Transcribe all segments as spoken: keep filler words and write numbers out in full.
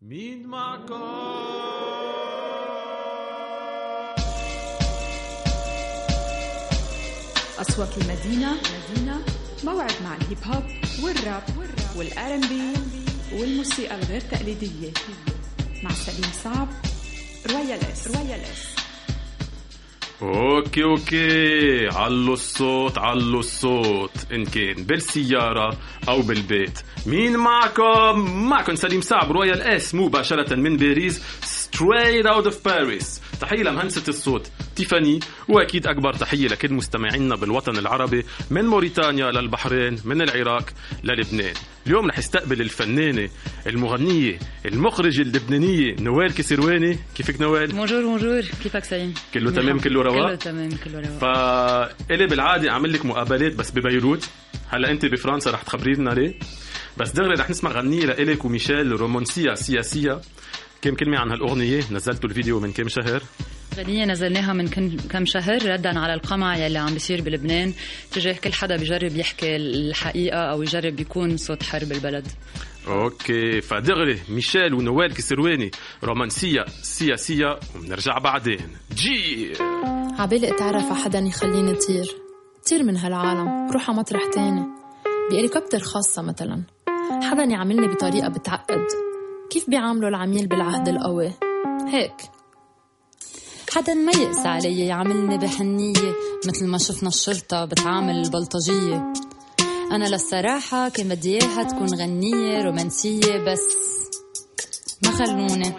مين معكم؟ أصوات المدينة مدينة موعد مع الهيب هوب والراب والآر إن بي والموسيقى الغير تقليدية مع سليم صعب رويال اس رويال اس. اوكي اوكي علوا الصوت علوا الصوت ان كان بالسيارة او بالبيت. مين معكم؟ معكم سليم صعب رويال اس مباشرة من باريس straight out of Paris. تحية لمهندسة الصوت تيفاني، واكيد اكبر تحية لكل مستمعينا بالوطن العربي من موريتانيا للبحرين من العراق للبنان. اليوم رح استقبل الفنانة المغنية المخرجة اللبنانية نوال كسرواني. كيفك نوال؟ بونجور بونجور، كيفك سليم؟ كله تمام كله رواق؟ كله تمام كله رواق. فإلي بالعادة أعمل لك مقابلات بس ببيروت، هلا أنت بفرنسا رح تخبرينا ليه، بس دغري رح نسمع غنية لإلك وميشيل رومانسية سياسية. كم كلمة عن هالأغنية؟ نزلتوا الفيديو من كم شهر؟ غنية نزلناها من كم شهر ردا على القمع يلي عم بيصير بلبنان تجاه كل حدا بيجرب يحكي الحقيقة أو يجرب يكون صوت حرب البلد. اوكي فدغري ميشيل ونوال كسرواني رومانسية سياسية وبنرجع بعدين. جي عبالي اتعرف على حدا يخليني طير طير من هالعالم روح على مطرح تاني بهليكوبتر خاصة مثلا، حدا يعملني بطريقة بتعقد كيف بيعاملوا العميل بالعهد القوي هيك، حدا ما يقسى علي يعملني بحنية مثل ما شفنا الشرطة بتعامل البلطجية. أنا للصراحة كان بدي إياها تكون غنية رومانسية بس ما خلوني.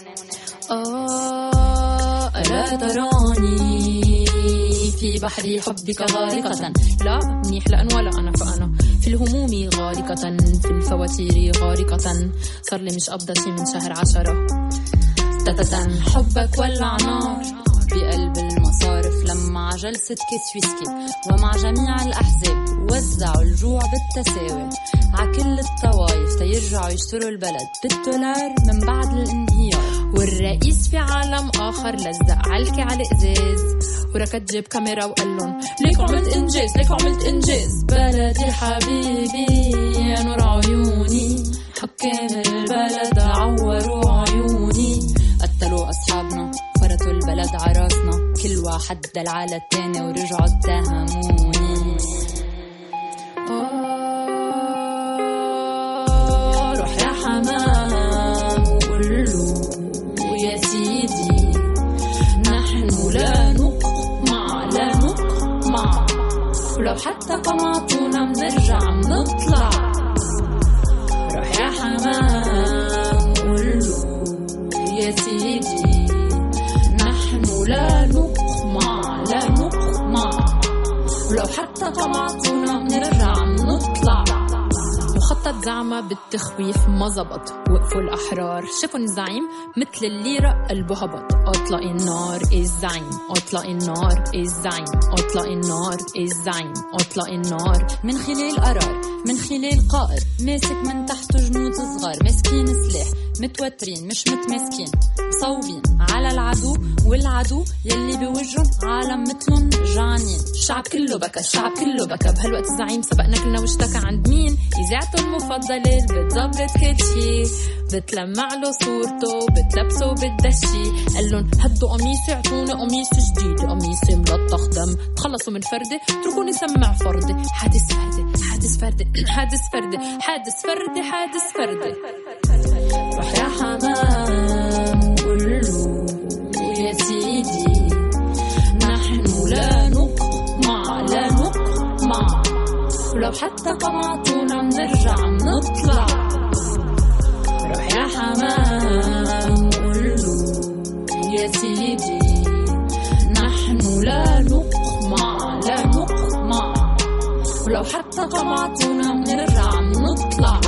آه ألا تراني في بحر حبك غارقة، لا منيح لأن ولا أنا فأنا في الهموم غارقة في الفواتير غارقة، صار لي مش قبضتي من شهر عشرة تتتن حبك ولع نار بقلب المصارف لما جلسة كيس ويسكي ومع جميع الأحزاب وزعوا الجوع بالتساوي ع كل الطوايف تيرجعوا يشتروا البلد بالدولار من بعد الانهيار، والرئيس في عالم آخر لزق علكي على إزاز وركض جيب كاميرا وقالن ليك عملت إنجاز ليك عملت إنجاز بلدي حبيبي يا نور عيوني، حكام البلد عوروا عيوني قتلوا أصحابنا فرطوا البلد عراسنا، كل واحد دل على التاني ورجعوا اتهموني. آه روح يا حمام وقولوا يا سيدي نحن لا نقمع لا نقمع، ولو حتى قمعتونا منرجع منطلع. روح يا حمام وقولوا يا سيدي نحن لا نقمع لا نقمع، ولو حتى قمعتونا منرجع منطلع. مخطط زعمة بالتخويف ما زبط، وقفوا الأحرار شافوا الزعيم مثل الليرة قلبه هبط. أطلق النار الزعيم أطلق النار الزعيم أطلق النار الزعيم أطلق النار، من خلال قرار من خلال قائد ماسك من تحته جنود صغار ماسكين سلاح متوترين مش متماسكين صوبين على العدو، والعدو يلي بوجهن عالم مثلن جعانين. الشعب كله بكى الشعب كله بكى بهالوقت الزعيم سبقنا كلنا واشتكى عند مين؟ إذاعته المفضلة بتظبط كل شي بتلمع له صورته بتلبسه بالدشي، قالن هدوا قميصي اعطوني قميص جديد قميصي ملطخ دم تخلصوا من فردي اتركوني سمع فردي حادث فردي حادث فردي حادث فردي حادث فردي حادث فردي. روح يا حمام قولوا يا سيدي نحن لا نقمع لا نقمع، ولو حتى قمعتونا منرجع منطلع. روح يا حمام قولوا يا سيدي نحن لا نقمع لا نقمع، ولو حتى قمعتونا منرجع منطلع.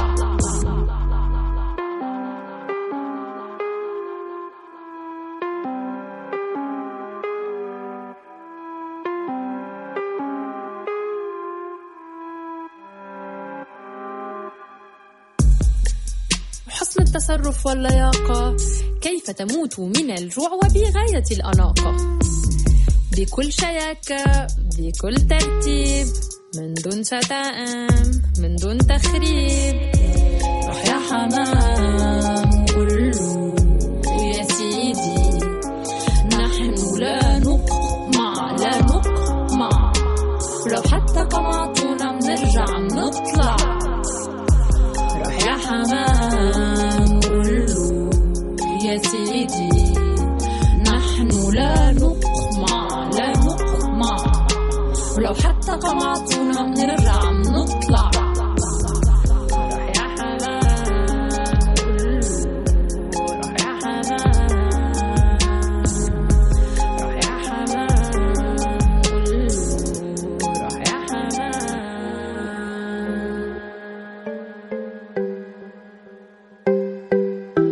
حسن التصرف واللياقة كيف تموت من الجوع وبغاية الأناقة، بكل شياكة بكل ترتيب من دون شتائم من دون تخريب. روح يا حمام قول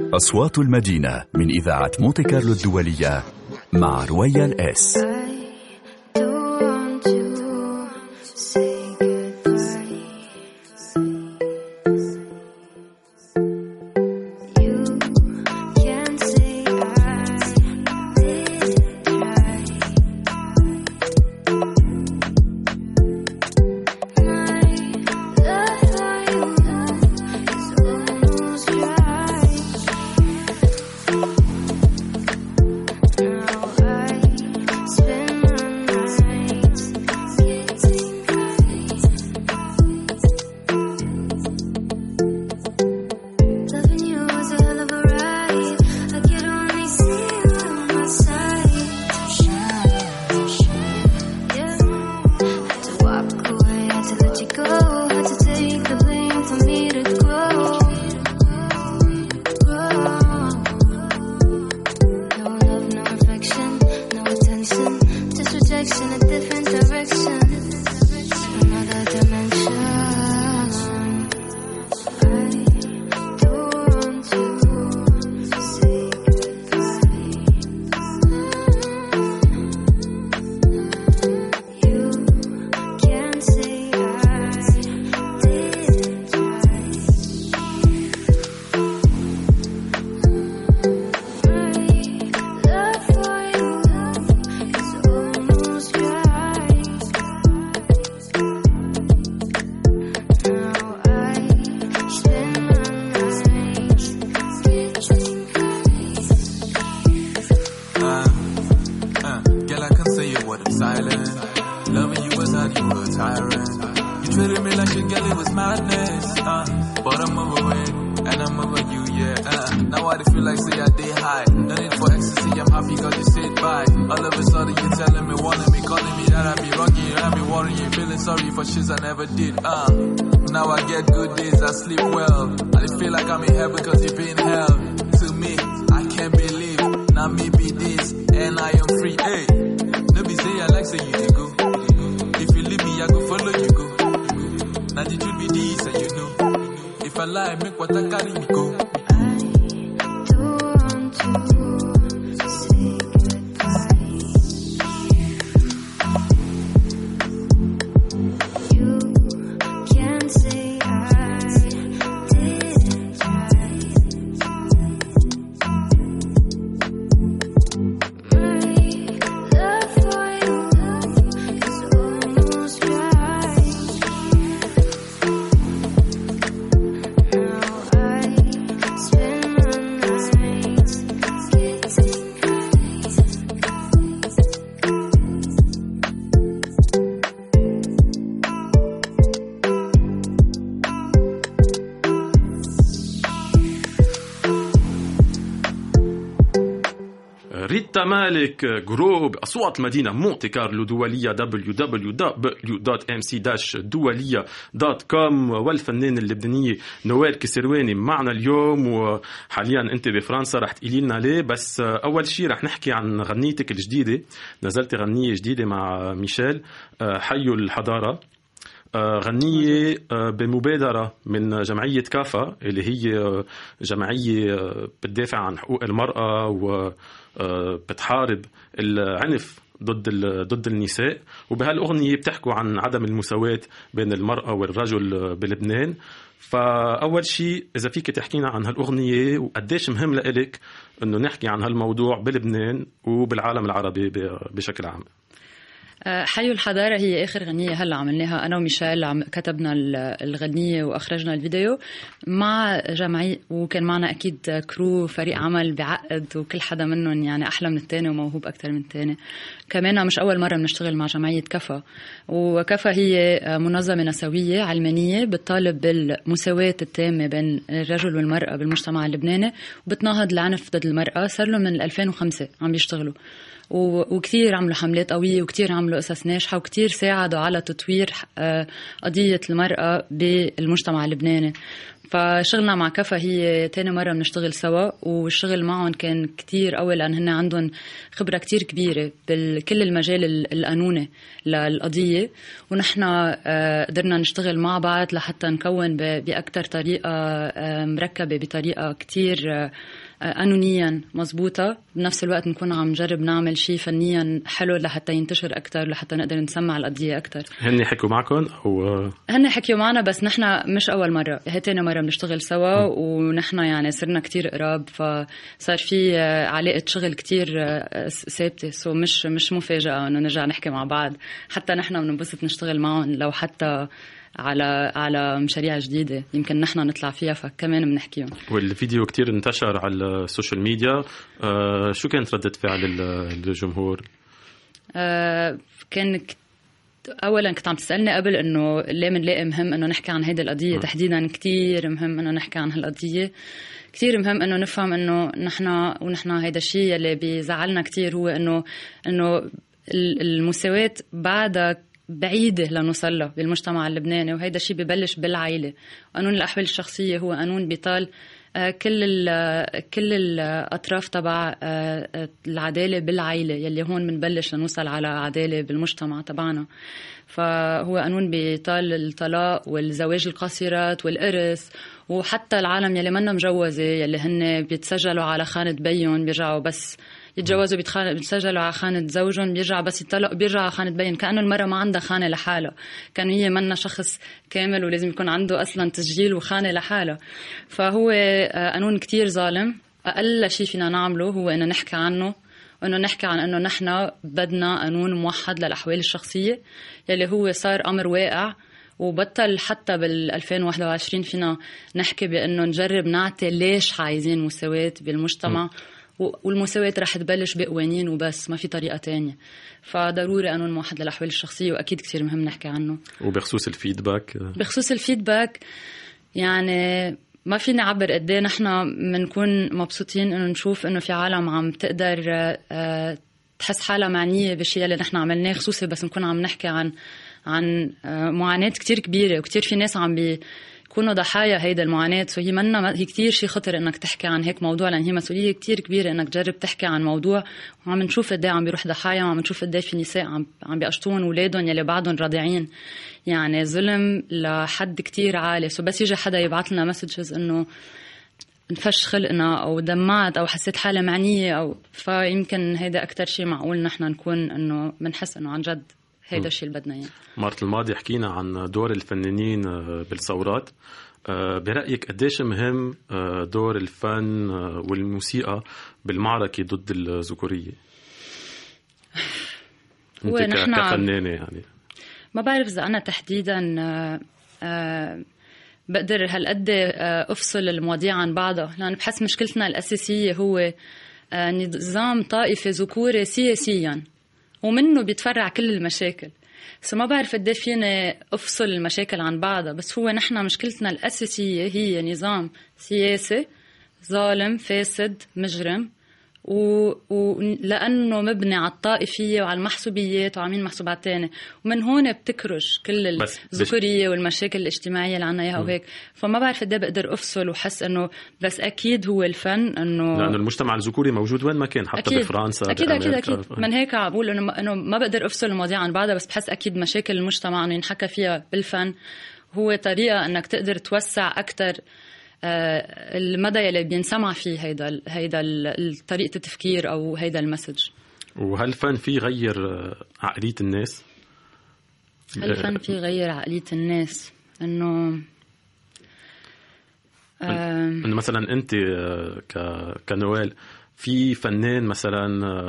أصوات المدينة من إذاعة مونتي كارلو الدولية مع رويال اس. ريتا مالك جروب أصوات مدينة مونتي كارلو دولية دبليو دبليو دبليو دوت إم سي داش دولية دوت كوم والفنان اللبنانية نوال كسرواني معنا اليوم. وحاليا أنت بفرنسا رح تقولي لنا ليه، بس أول شيء رح نحكي عن غنيتك الجديدة. نزلت غنية جديدة مع ميشيل حيو الحضارة، غنية بمبادرة من جمعية كافا اللي هي جمعية بتدافع عن حقوق المرأة وبتحارب العنف ضد ضد النساء. وبهالأغنية بتحكوا عن عدم المساواة بين المرأة والرجل بلبنان. فأول شيء إذا فيك تحكينا عن هالأغنية وقديش مهم لإلك إنه نحكي عن هالموضوع بلبنان وبالعالم العربي بشكل عام. حيو الحضارة هي آخر غنية هلا عملناها أنا وميشيل، عم كتبنا الغنية وأخرجنا الفيديو مع جمعية، وكان معنا أكيد كرو فريق عمل بعقد وكل حدا منهم يعني أحلى من التاني وموهوب أكتر من التاني. كمان مش أول مرة بنشتغل مع جمعية كفا، وكفا هي منظمة نسوية علمانية بتطالب بالمساواة التامة بين الرجل والمرأة بالمجتمع اللبناني وبتناهض العنف ضد المرأة. صار له من ألفين وخمسة عم بيشتغلوا، وكتير عملوا حملات قوية وكتير عملوا قصص ناجحة وكتير ساعدوا على تطوير قضية المرأة بالمجتمع اللبناني. فشغلنا مع كفا هي تاني مرة بنشتغل سوا، والشغل معهم كان كتير قوي لأن هن عندهم خبرة كتير كبيرة بكل المجال القانوني للقضية، ونحن قدرنا نشتغل مع بعض لحتى نكون بأكتر طريقة مركبة، بطريقة كتير قانونيا مزبوطة، بنفس الوقت نكون عم نجرب نعمل شيء فنيا حلو لحتى ينتشر أكتر، لحتى نقدر نسمع القضية أكتر. هن حكوا معكم أو هن حكيوا معنا، بس نحن مش أول مرة، هي تاني مرة بنشتغل سوا. م. ونحن يعني صرنا كتير قراب، فصار في علاقة شغل كتير ثابتة، سو مش مش مفاجأة إنه نرجع نحكي مع بعض. حتى نحن بننبسط نشتغل معهم، لو حتى على على مشاريع جديدة يمكن نحن نطلع فيها، فكمان بنحكيهم. والفيديو كتير انتشر على السوشيال ميديا، آه شو كانت ردة فعل الجمهور؟ آه كان ك... أولا كنت عم تسألني قبل إنه ليه منلاقي مهم إنه نحكي عن هيدا القضية م. تحديدا. كتير مهم إنه نحكي عن هالقضية، كتير مهم إنه نفهم إنه نحن ونحن هيدا الشيء اللي بيزعلنا كتير، هو إنه إنه المساواة بعدها بعيدة لنوصلها بالمجتمع اللبناني، وهيدا الشيء ببلش بالعائلة. قانون الأحوال الشخصية هو قانون بيطال كل كل الأطراف تبع العدالة بالعائلة، يلي هون بنبلش لنوصل على عدالة بالمجتمع تبعنا. فهو قانون بيطال الطلاق والزواج القاصرات والإرث، وحتى العالم يلي منا مجوزة يلي هن بيتسجلوا على خانة بيون بيرجعوا بس يتجوزوا، بيتسجلوا على خانة زوجهم بيرجع بس يطلق بيرجع على خانة بين، كأنه المرأة ما عندها خانة لحالها، كان هي منا شخص كامل ولازم يكون عنده أصلا تسجيل وخانة لحالها. فهو قانون كتير ظالم. أقل شيء فينا نعمله هو إنه نحكي عنه، وإنه نحكي عن إنه نحن بدنا قانون موحد للأحوال الشخصية يلي هو صار أمر واقع. وبطل حتى بالألفين وواحد وعشرين فينا نحكي بأنه نجرب نعطي ليش عايزين مساواة بالمجتمع، م. والمساواة رح تبلش بقوانين وبس، ما في طريقة تانية. فضروري قانون موحد للأحوال الشخصية، وأكيد كتير مهم نحكي عنه. وبخصوص الفيدباك بخصوص الفيدباك يعني ما فينا عبر قد ايه نحن بنكون مبسوطين انه نشوف انه في عالم عم تقدر تحس حالها معنية بالشيء اللي نحن عملناه، خصوصي بس نكون عم نحكي عن عن معاناة كتير كبيرة، وكتير في ناس عم بي يكونوا ضحايا هيدا المعاناة. سو هي منا هي كتير شيء خطر انك تحكي عن هيك موضوع، لان هي مسؤولية كتير كبيرة انك تجرب تحكي عن موضوع وعم نشوف قد ايه عم بيروح ضحايا، وعم نشوف قد ايه في نساء عم عم بيقشطون اولادهم يلي بعدهم رضيعين. يعني ظلم لحد كتير عالي. سو بس يجي حدا يبعث لنا مسجز انه نفش خلقنا او دمعت او حسيت حالة معنية، او فيمكن هيدا اكتر شيء معقول نحن نكون انه بنحس انه عن جد هيدا الشيء اللي بدنا اياه. مرة الماضي حكينا عن دور الفنانين بالثورات. برأيك قديش مهم دور الفن والموسيقى بالمعركة ضد الذكورية؟ انت كفنانة يعني. ما بعرف اذا انا تحديدا بقدر هالقد افصل المواضيع عن بعضها، لان بحس مشكلتنا الاساسية هو نظام طائفي ذكوري سياسيا، ومنه بيتفرع كل المشاكل. بس ما بعرف قد ايه فينا افصل المشاكل عن بعضها، بس هو نحن مشكلتنا الأساسية هي نظام سياسي ظالم فاسد مجرم، ولأنه مبني على الطائفية وعلى المحسوبيات وعامين محسوبات تانية، ومن هون بتكرش كل الذكورية والمشاكل الاجتماعية اللي عنا إياها وهيك. فما بعرف قد ايه بقدر أفصل وحس إنه بس أكيد هو الفن إنه لأنه المجتمع الذكوري موجود وين ما كان، حتى أكيد بفرنسا أكيد أكيد أكيد. من هيك بقول إنه إنه ما بقدر أفصل المواضيع عن بعضها، بس بحس أكيد مشاكل المجتمع إنه ينحكى فيها بالفن هو طريقة إنك تقدر توسع أكتر المدى يلي بينسمع فيه هيدا هيدا طريقة التفكير أو هيدا المسج. وهل الفن فيه غير عقلية الناس؟ هل الفن فيه غير عقلية الناس؟ إنه إنه مثلا أنت كنوال في فنان مثلا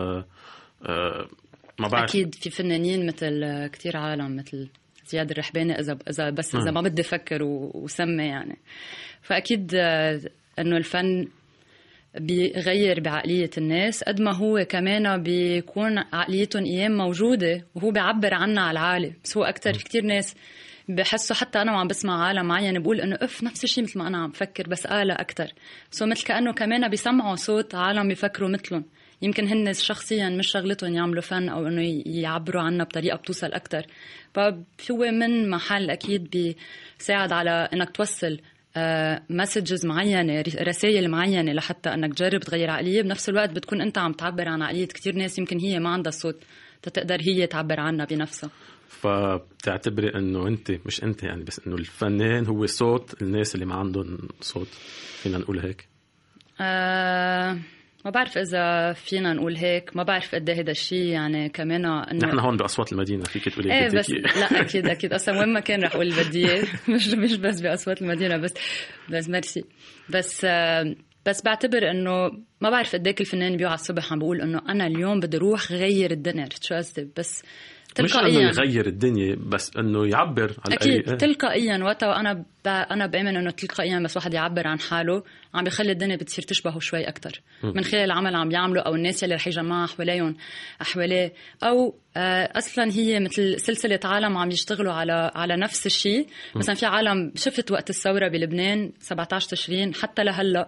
ما بعرف. أكيد في فنانين مثل كتير عالم مثل زياد الرحباني إذا إذا بس إذا ما بدي أفكر وسمي يعني. فأكيد أنه الفن بيغير بعقلية الناس قد ما هو كمان بيكون عقليتهم أيام موجودة وهو بيعبر عنها على العالم. بس هو أكتر في كتير ناس بحسوا، حتى أنا وعم بسمع عالم معين بقول أنه أف نفس الشيء مثل ما أنا عم فكر بس آلة أكتر. سو مثل كأنه كمان بيسمعوا صوت عالم بيفكروا مثلهم، يمكن هن شخصيا مش شغلتهم يعملوا فن أو أنه يعبروا عنها بطريقة بتوصل أكتر. فهو من محل أكيد بيساعد على أنك توصل مسجز معينة، رسائل معينة لحتى أنك تجرب تغير عقلية. بنفس الوقت بتكون أنت عم تعبر عن عقلية كتير ناس يمكن هي ما عندها صوت تقدر هي تعبر عنها بنفسها. فبتعتبري أنه أنت مش أنت يعني، بس أنه الفنان هو صوت الناس اللي ما عندهم صوت، فينا نقول هيك؟ آه ما بعرف إذا فينا نقول هيك، ما بعرف قد هذا الشيء يعني كمان إنه نحن هون بأصوات المدينة فيك تقولي إيه بس لا أكيد أكيد أصلا وين ما كان رح أقول بدي مش مش بس بأصوات المدينة بس بس ميرسي بس آه بس بعتبر إنه ما بعرف قد هيك الفنان بيوعى الصبح عم بقول إنه أنا اليوم بدي روح غير الدنيا، شو قصدي؟ بس تلقائيا مش إنه يغير الدنيا بس إنه يعبر عن أكيد أي... تلقائيا وقتها أنا ب... أنا بأمن إنه تلقائيا بس واحد يعبر عن حاله عم بيخلي الدنيا بتصير تشبهه شوي أكتر من خلال العمل عم بيعمله أو الناس اللي رح يجمعها حواليهم حواليه أو آه أصلا هي مثل سلسلة عالم عم يشتغلوا على على نفس الشيء. مثلا في عالم شفت وقت الثورة بلبنان سبعة عشر تشرين حتى لهلا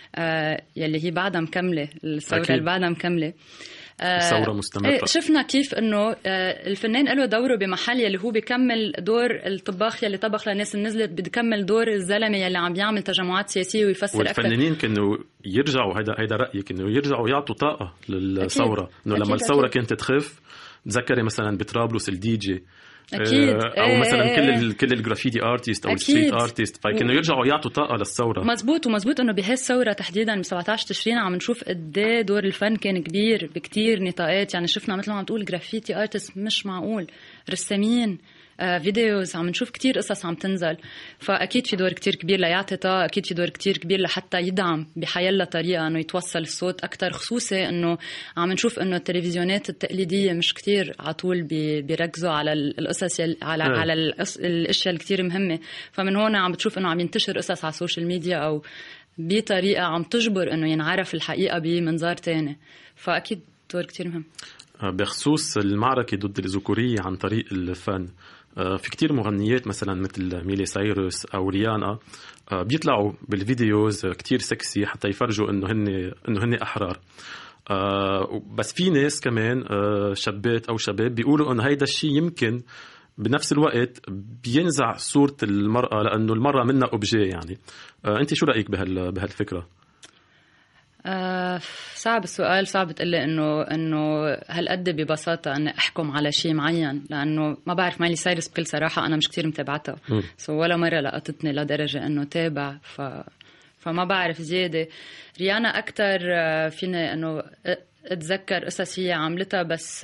آه يلي هي بعدها مكملة الثورة اللي بعدها مكملة الثورة مستمرة. شفنا كيف إنه الفنان له دوره بمحل يلي هو بيكمل دور الطباخ يلي طبخ للناس اللي نزلت، بيكمل دور الزلمة يلي عم بيعمل تجمعات سياسية ويفسر أكثر. والفنانين كانوا يرجعوا هيدا هيدا رأيك إنه يرجعوا يعطوا طاقة للثورة، إنه لما الثورة كانت تخف تذكري مثلا بطرابلس الدي جي أكيد. أو مثلا ايه كل ال كل الجرافيتي ارتيست أو الستريت ارتيست فكانوا يرجعوا يعطوا طاقة للثورة. مزبوط ومزبوط إنه بهالثورة تحديدا ب سبعة عشر تشرين عم نشوف قد ايه دور الفن كان كبير بكتير نطاقات. يعني شفنا مثل ما عم تقول جرافيتي ارتيست مش معقول، رسامين، آه، فيديوز، عم نشوف كتير قصص عم تنزل. فأكيد في دور كتير كبير ليعطي طاقة، أكيد في دور كتير كبير لحتى يدعم بحيالله طريقة إنه يتوصل الصوت أكتر، خصوصي إنه عم نشوف إنه التلفزيونات التقليدية مش كتير عطول بيركزوا على القصص على اه. على الأشياء الكتير مهمة. فمن هون عم بتشوف إنه عم ينتشر قصص على السوشيال ميديا أو بطريقة عم تجبر إنه ينعرف الحقيقة بمنظار تاني. فأكيد دور كتير مهم. بخصوص المعركة ضد الذكورية عن طريق الفن، في كتير مغنيات مثلا مثل ميلي سايروس أو ريانا بيطلعوا بالفيديوز كتير سكسي حتى يفرجوا إنه هن إنه هن أحرار. بس في ناس كمان شابات أو شباب بيقولوا إنه هيدا الشيء يمكن بنفس الوقت بينزع صورة المرأة لأنه المرأة منها أوبجي. يعني أنت شو رأيك بهال بهالفكرة؟ آه صعب السؤال، صعب تقلي إنه إنه هالقد ببساطة أن أحكم على شيء معين، لأنه ما بعرف مايلي سايرس بكل صراحة أنا مش كتير متابعتها سو ولا مرة لقطتني لدرجة إنه تابع ف فما بعرف زيادة. ريانا أكتر فيني إنه أتذكر قصص هي عملتها، بس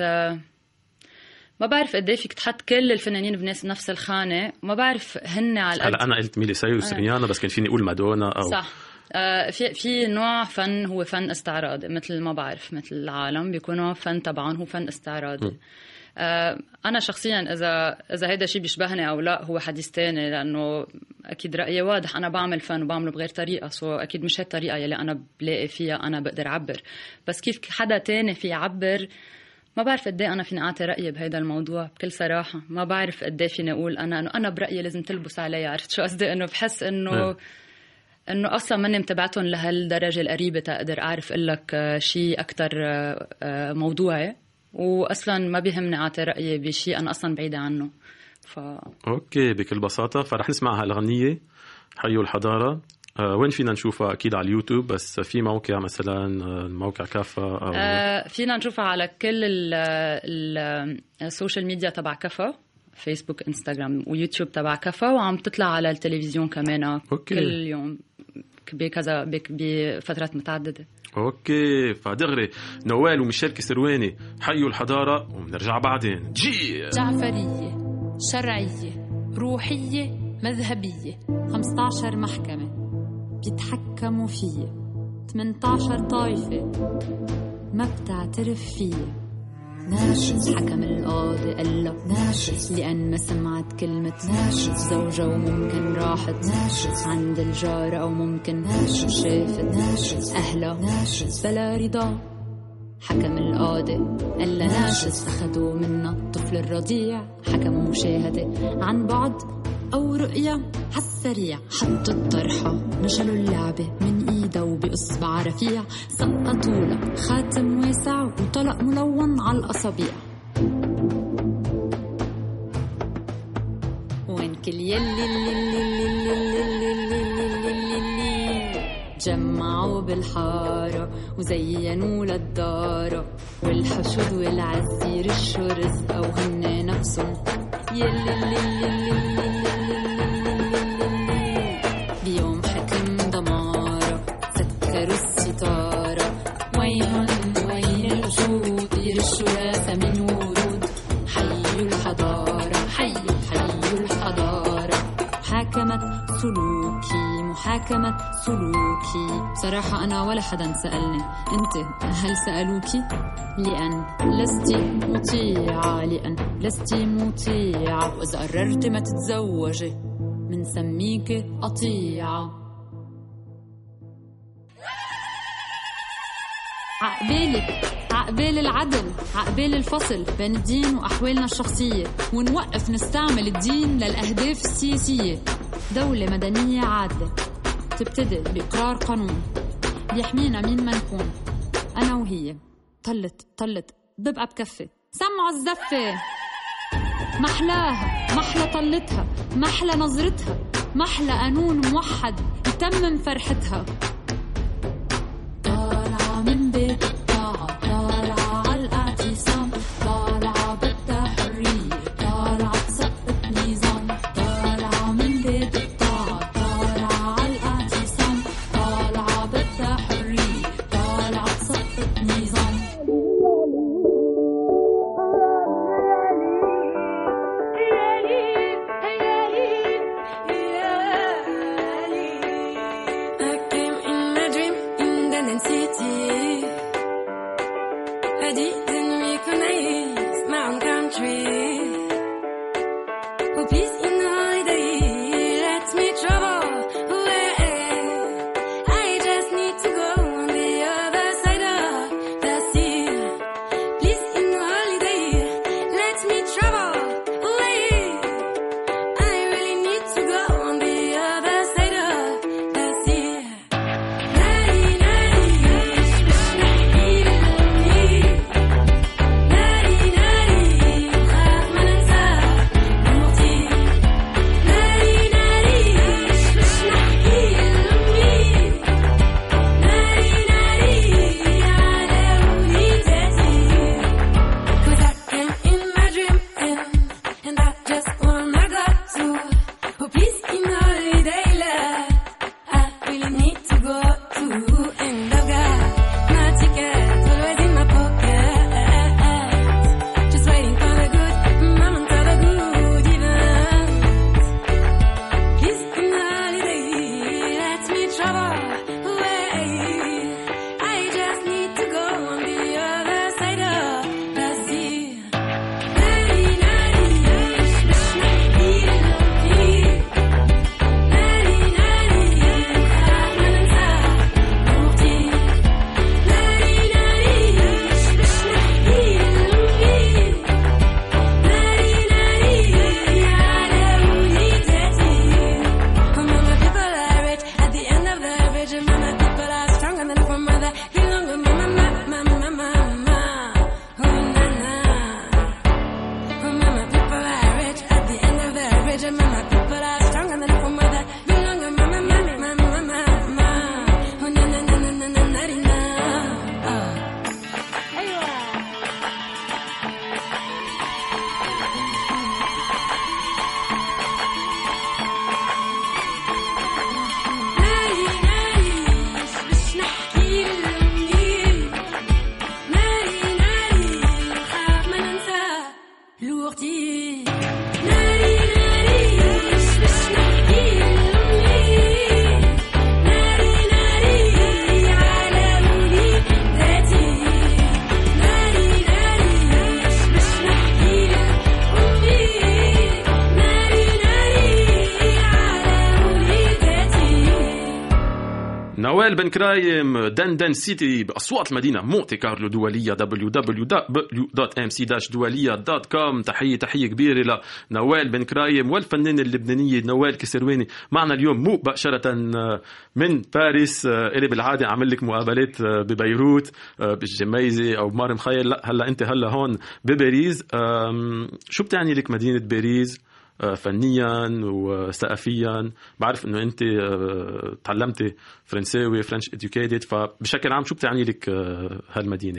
ما بعرف قد ايه فيك تحط كل الفنانين بنفس نفس الخانة. ما بعرف هن على القد. هلا أنا قلت ميلي سايرس آه. ريانا بس كان فيني أقول مادونا أو صح. آه في في نوع فن هو فن استعراضي، مثل ما بعرف مثل العالم بيكونوا فن طبعا هو فن استعراضي. آه أنا شخصيا إذا إذا هيدا شيء بيشبهني أو لا هو حديث تاني، لأنه أكيد رأيي واضح. أنا بعمل فن وبعمله بغير طريقة، سو أكيد مش هالطريقة يلي أنا بلاقي فيها أنا بقدر أعبر. بس كيف حدا تاني في يعبر ما بعرف قد ايه انا فيني اعطي رايي بهذا الموضوع بكل صراحه. ما بعرف قد ايه فيني اقول انا انه انا برايي لازم تلبس عليها. عرفت شو قصدي؟ انه بحس انه انه اصلا ماني متابعتهم لهالدرجه القريبه تقدر اعرف اقول لك شيء اكثر موضوعي، واصلا ما بيهمني اعطي رايي بشيء انا اصلا بعيده عنه. ف اوكي بكل بساطه. فرح نسمع هالغنيه حيوا الحضاره. آه وين فينا نشوفها؟ أكيد على اليوتيوب، بس في موقع مثلا موقع كفا أو آه فينا نشوفها على كل السوشيال ميديا تبع كفا، فيسبوك، إنستغرام ويوتيوب تبع كفا، وعم تطلع على التلفزيون كمان أوكي. كل يوم بكذا بفترات متعددة. أوكي فدغري نوال وميشيل كسرواني حيوا الحضارة وبنرجع بعدين. جي جعفرية، شرعية، روحية، مذهبية، خمسة عشر محكمة بيتحكموا فيه، ثمانية عشر طائفة ما بتعترف فيه. ناشز حكم القاضي قال له ناشز لأن ما سمعت كلمة ناشز. زوجة وممكن راحت ناشز عند الجارة أو ممكن ناشز شافت ناشز أهلها ناشز بلا رضا. حكم القاضي قال له ناشز أخذوا منا الطفل الرضيع. حكموا مشاهدة عن بعد أو رؤية عالسريع. حطوا الطرحة نشلوا اللعبة من إيده وبإصبع رفيع. سقطوا له خاتم واسع وطلق ملون على الأصابيع. وين كل يلي جمعوا بالحارة وزينوا للدارة. والحشود والعزير الشرز أو هن نفسهم يلي بيوم حكم دمارة سكروا وينهم وين الأسود يرشوا راسها من ورود. حي الحضارة حي حي الحضارة. محاكمة سلوكي محاكمة سلوكي. بصراحة أنا ولا حدا سألني، أنت هل سألوكي؟ لأن لست مطيعة لأن لست مطيعة. وإذا قررت ما تتزوجي منسميك قطيعة. عقبالك عقبال العدل عقبال الفصل بين الدين وأحوالنا الشخصية، ونوقف نستعمل الدين للأهداف السياسية. دولة مدنية عادلة تبتدئ بإقرار قانون بيحمينا مين ما نكون. أنا وهي طلت طلت ببقى بكفي. سمعوا الزفة محلاها محلى طلتها محلى نظرتها محلى قانون موحد يتمم فرحتها. طالعة من بيت الطاعة طالعة على الاعتصام طالعة بدها حرية طالعة تسقط نظام. طالعة من بيت الطاعة طالعة على الاعتصام طالعة بدها حرية طالعة تسقط نظام. نوال بن كرايم دندن سيتي بأصوات المدينة مونتي كارلو دولية دبليو دبليو دبليو دوت ام سي داش دولية دوت كوم. تحية تحية كبيرة لنوال بن كرايم والفنانة اللبنانية نوال كسرواني معنا اليوم مباشرة من باريس. اللي بالعادة عمل لك مقابلات ببيروت بالجميزة أو بمار مخيل، لا هلا أنت هلا هون بباريس. شو بتعني لك مدينة باريس فنيا وثقافيا؟ بعرف انه انت تعلمتي فرنساوي فرنش اديوكيتد، فبشكل عام شو بتعني لك هالمدينه؟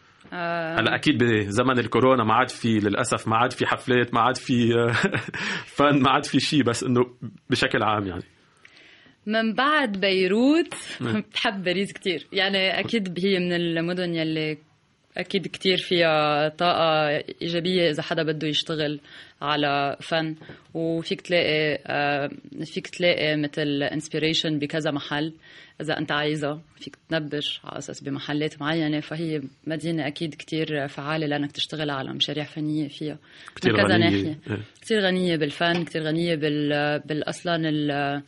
هلا اكيد بزمن الكورونا ما عاد في للاسف ما عاد في حفلات ما عاد في فن ما عاد في شيء، بس انه بشكل عام يعني من بعد بيروت بحب باريس كتير. يعني أكيد هي من المدن يلي أكيد كتير فيها طاقة إيجابية إذا حدا بده يشتغل على فن، وفيك تلاقي فيك تلاقي مثل انسبيريشن بكذا محل إذا أنت عايزة، فيك تنبش على أساس بمحلات معينة. فهي مدينة أكيد كتير فعالة لأنك تشتغل على مشاريع فنية فيها من كذا ناحية. كتير غنية بالفن، كتير غنية بال بالأصلا ال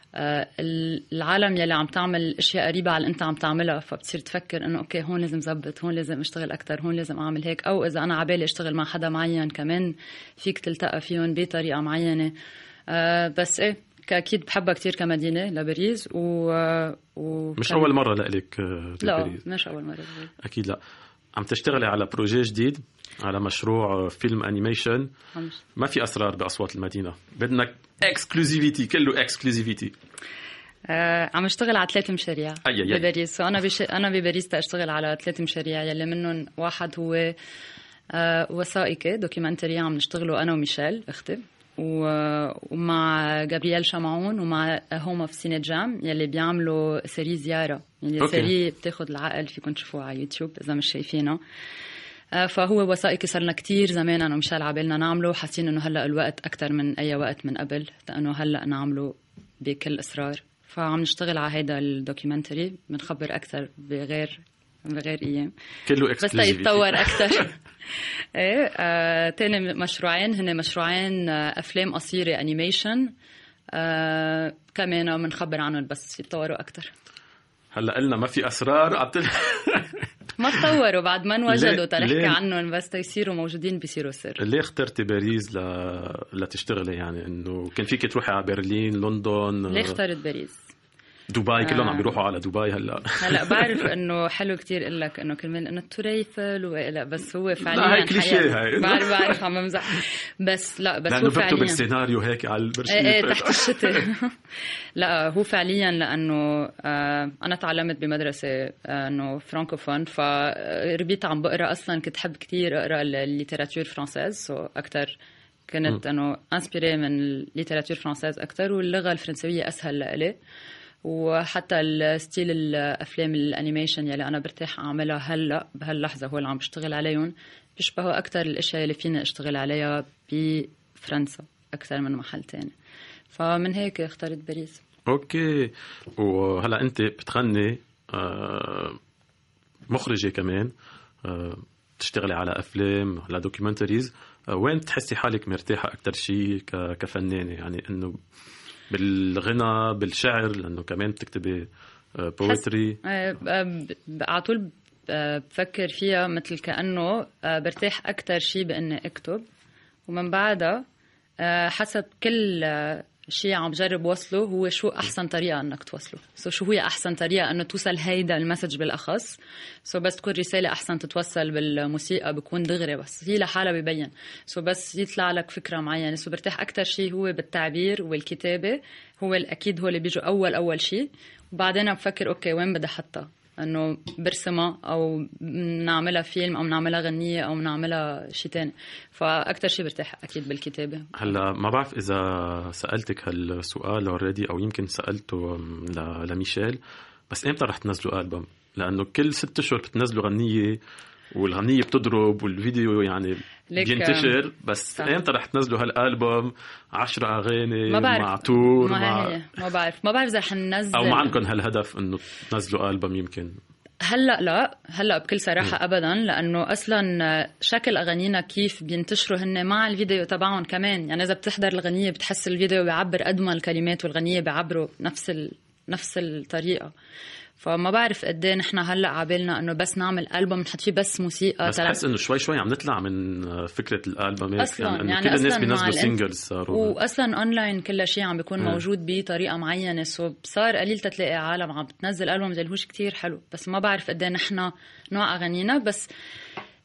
العالم يلي عم تعمل اشياء قريبه على اللي انت عم تعملها، فبتصير تفكر انه اوكي هون لازم زبط، هون لازم اشتغل اكثر، هون لازم اعمل هيك. او اذا انا عبالي اشتغل مع حدا معين كمان فيك تلتقى فيهم بطريقه معينه. أه بس ايه اكيد بحبها كتير كمدينه لباريس. و, و... مش اول مره لك بباريس؟ لا مش اول مره. اكيد لا. عم تشتغلي على بروجي جديد، على مشروع فيلم انيميشن. ما في اسرار باصوات المدينه، بدنا اكسكلوزيفيتي، كله اكسكلوزيفيتي. آه، عم اشتغل على ثلاث مشاريع بباريس. وانا بش... انا بباريس اشتغل على ثلاث مشاريع يلي منهم واحد هو آه وثائقي دوكيومنتري عم نشتغله انا وميشيل اختي، و... ومع جابرييل شمعون ومع هوم اوف سيني جام يلي بيعملوا سيري زياره، يعني سيري بتاخد العقل، فيكم تشوفوها على يوتيوب اذا مش شايفينه. فهو وثائقي صارنا كتير زمان أنا ومشال عبالنا نعمله، حاسين إنه هلأ الوقت أكتر من أي وقت من قبل، لأنه هلأ نعمله بكل إصرار. فعم نشتغل على هيدا الدوكيومنتري، بنخبر أكتر بغير بغير أيام كله بس يتطور أكتر. إيه آه، تاني مشروعين هن مشروعين آه، أفلام قصيرة أنيميشن، آه، كمان بنخبر عنهم بس يتطوروا أكتر. هلأ قلنا ما في أسرار عطل ما تطوروا بعد ما انوجدوا تنحكي عنهم، بس يصيروا موجودين بيصيروا سر. ليه اخترتي باريس ل... لتشتغلي؟ يعني انه كان فيك تروحي على برلين، لندن. ليه اخترت باريس؟ دبي كلهم آه. عم بيروحوا على دبي هلا. هلا بعرف انه حلو كتير اقول لك انه كمان انه التريفل ولا، بس هو فعليا لا هي كليشيه هاي. بعرف بعرف عم بمزح، بس لا بس هو فعليا بكتب السيناريو هيك على البرشية ايه تحت الشتاء. لا هو فعليا لانه آه انا تعلمت بمدرسه آه انه فرانكوفون، فربيت عم بقرا، اصلا كنت حب كتير اقرا الليتراتور فرانسيز، سو اكثر كنت انه انسبيري من الليتراتور فرانسيز اكثر، واللغه الفرنسويه اسهل لإلي. وحتى الستيل الافلام الانيميشن يلي انا برتاح اعملها هلا بهاللحظه هو اللي عم بشتغل عليهم، بيشبهوا اكثر الاشياء اللي فينا اشتغل عليها بفرنسا اكثر من محل تاني، فمن هيك اخترت باريس. اوكي. وهلا انت بتغني مخرجه كمان، بتشتغلي على افلام، على دوكيومنتريز، وين بتحسي حالك مرتاحه اكثر شيء كفنانه؟ يعني انه بالغنى، بالشعر، لأنه كمان بتكتبي بويتري؟ على طول بفكر فيها مثل كأنه برتاح أكتر شيء بأني أكتب، ومن بعدها حسب كل شيء عم بجرب وصله هو شو أحسن طريقة أنك توصله. سو شو هي أحسن طريقة أنه توصل هيدا المسج بالأخص. سو بس تكون رسالة أحسن تتوصل بالموسيقى بكون دغري، بس هي لحالها بيبين. سو بس يطلع لك فكرة معينة. سو برتاح أكتر شيء هو بالتعبير والكتابة، هو الأكيد هو اللي بيجوا أول أول شيء، وبعدين بفكر أوكي وين بدي حطها، انه برسمها او نعملها فيلم او نعملها غنية او نعملها شيء تاني. فاكتر شيء برتاح اكيد بالكتابة. هلا ما بعرف اذا سألتك هالسؤال اوريدي او يمكن سألته لميشيل، بس امتى رح تنزلوا ألبوم؟ لانه كل ست اشهر بتنزلوا غنية والغنية بتضرب والفيديو يعني بينتشر، بس امتى رح تنزلوا هالألبوم؟ عشرة اغاني مع تور؟ ما مع... هي ما بعرف ما بعرف اذا حننزل او ما عندكم هالهدف انه تنزلوا ألبوم يمكن هلا؟ لا هلا بكل صراحه م. ابدا، لانه اصلا شكل اغانينا كيف بينتشروا هن مع الفيديو تبعهم كمان. يعني اذا بتحضر الغنيه بتحس الفيديو بيعبر قد ما الكلمات والغنيه بيعبروا نفس ال... نفس الطريقه. فما بعرف قد ايه نحن هلا عابلنا انه بس نعمل ألبوم نحط فيه بس موسيقى. بس بحس انه شوي شوي عم نطلع من فكره الألبومات أصلاً. يعني, يعني كل الناس بينزلوا سينجلز صاروا، واصلا اونلاين كل شيء عم بيكون م. موجود بطريقه معينه. سو صار قليل تلاقي عالم عم بتنزل ألبوم زي الهوش كتير حلو، بس ما بعرف قد ايه نحن نوع اغانينا. بس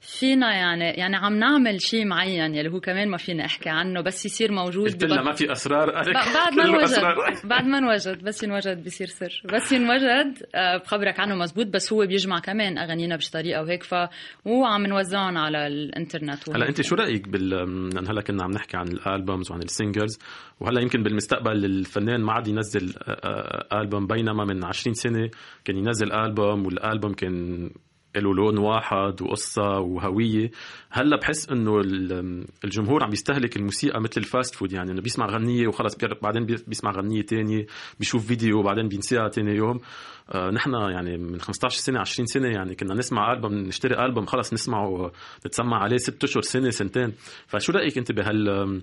فينا يعني يعني عم نعمل شيء معين يلي هو كمان ما فينا احكي عنه، بس يصير موجود. قلت لها ما في اسرار، بعد ما نوجد بعد ما نوجد بس ينوجد بيصير سر، بس ينوجد بخبرك عنه مزبوط. بس هو بيجمع كمان اغانينا بش طريقه وهيك، فوعم نوزعهم على الانترنت. هلا انت شو رايك بال هلا كنا عم نحكي عن الالبومز وعن السينجلز، وهلا يمكن بالمستقبل الفنان ما عاد ينزل البوم، بينما من عشرين سنه كان ينزل البوم، والالبوم كان له لون واحد وقصة وهوية. هلا بحس انه الجمهور عم بيستهلك الموسيقى مثل الفاست فود، يعني انه بيسمع غنية وخلص بعدين بيسمع غنية تانية، بيشوف فيديو وبعدين بينسيها تاني يوم. آه نحن يعني من خمسة عشر سنة عشرين سنة يعني كنا نسمع ألبوم، نشتري ألبوم خلص نسمعه نتسمع عليه ست أشهر سنة سنتين. فشو رأيك انت بهال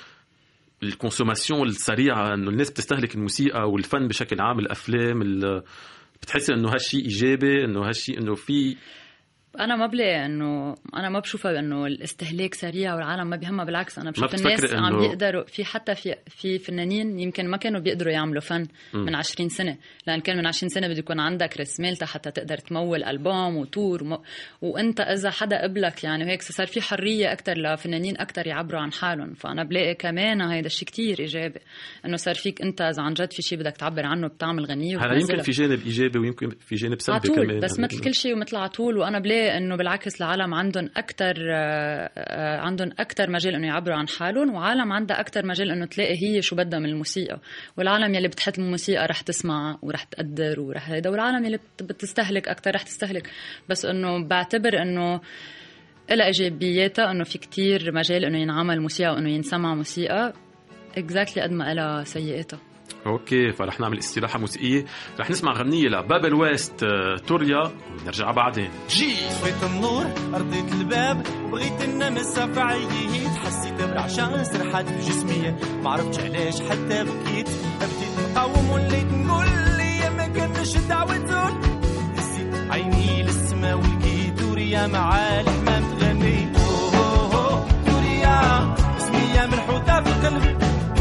الكونسوماسيون السريعة، انه الناس بتستهلك الموسيقى والفن بشكل عام، الأفلام، بتحس انه هالشيء ايجابي، انه هالشيء انه في انا ما بلاقي انه انا ما بشوفها انه الاستهلاك سريع والعالم ما بيهمها. بالعكس انا بشوف الناس إنه... عم بيقدروا في حتى في في فنانين يمكن ما كانوا بيقدروا يعملوا فن م. من عشرين سنة، لان كان من عشرين سنة بده يكون عندك راس مال حتى تقدر تمول ألبوم وتور وم... وانت اذا حدا قبلك يعني وهيك صار في حريه اكثر لفنانين اكثر يعبروا عن حالهم. فانا بلاقي كمان هيدا الشيء كتير ايجابي، انه صار فيك انت اذا عن جد في شيء بدك تعبر عنه بتعمل غنيه. هلا يمكن في جانب ايجابي ويمكن في جانب سلبي كمان، بس مثل كل شيء ومثل عطول. وانا بلاقي انه بالعكس العالم عندهم أكتر عندهم أكتر مجال إنه يعبروا عن حالهم، وعالم عندها أكتر مجال إنه تلاقي هي شو بدها من الموسيقى. والعالم يلي بتحط الموسيقى رح تسمع ورح تقدر ورح هيدا، والعالم يلي بتستهلك أكتر رح تستهلك. بس إنه بعتبر إنه إلها إيجابياتها، إنه في كتير مجال إنه ينعمل موسيقى وإنه ينسمع موسيقى exactly قد ما إلها سيئاتها. اوكي، فرح نعمل استراحه موسيقيه، رح نسمع غنيه لبابل ويست توريا ونرجع بعدين. جي طفيت النور ارضيت الباب وبغيت ننسى في عيني، حسيت برعشان سرحت بجسمي ما عرفتش علاش حتى بكيت. بديت نقاوم وليت نقول لي ما كانش دعوة، هزيت عيني للسما ولقيت توريا مع الحمام تغني. اوه توريا اسمية منحوتة في قلبي،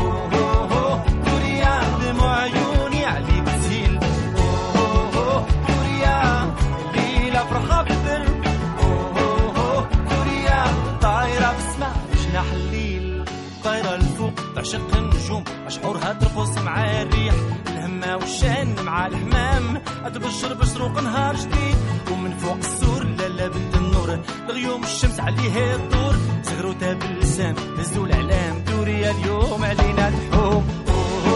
عيوني عليك تزيل. اوه اوه توريا الليلة فرحة بالدرب. اوه اوه توريا طايرة بسماء جناح الليل، طايرة الفوق تعشق النجوم، أشعورها ترقص مع الريح، الهمة والشان مع الحمام، أتبشر بشروق نهار جديد. ومن فوق السور لالا بنت النور، الغيوم الشمس عليها الدور، صغروتها باللسان هزوا الإعلام. توريا اليوم علينا الحوم.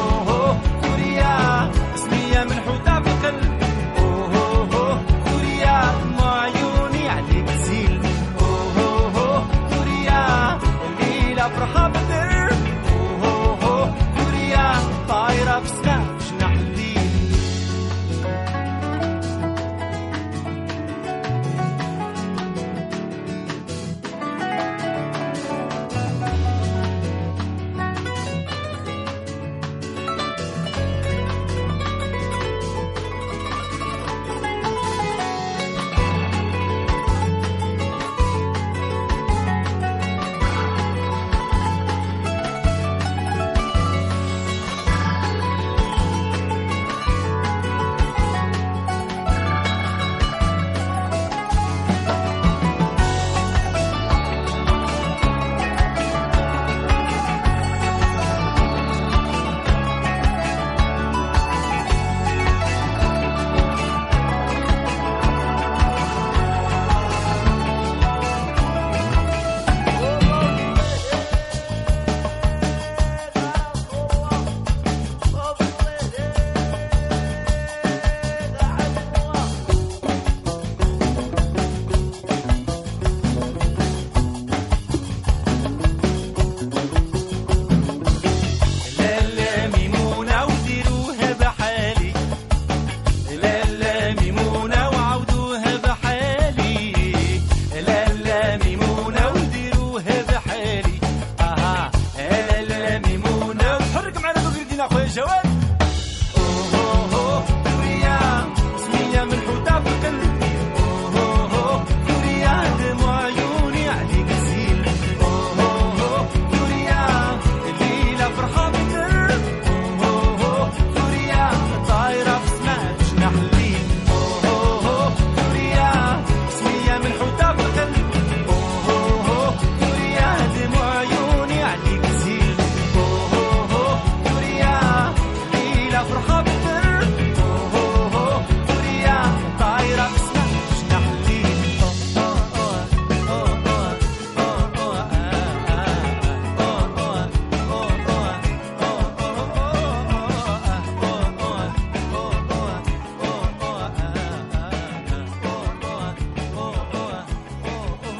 اسمية منحوتة في قلب. اوه اوه توريا دموع عيوني عليك تزيل. اوه اوه توريا الليلة فرحة بالدرب. اوه اوه توريا طايرة بسماء جناح الليل.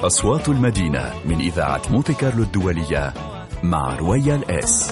أصوات المدينة من إذاعة مونتي كارلو الدولية مع رويال اس.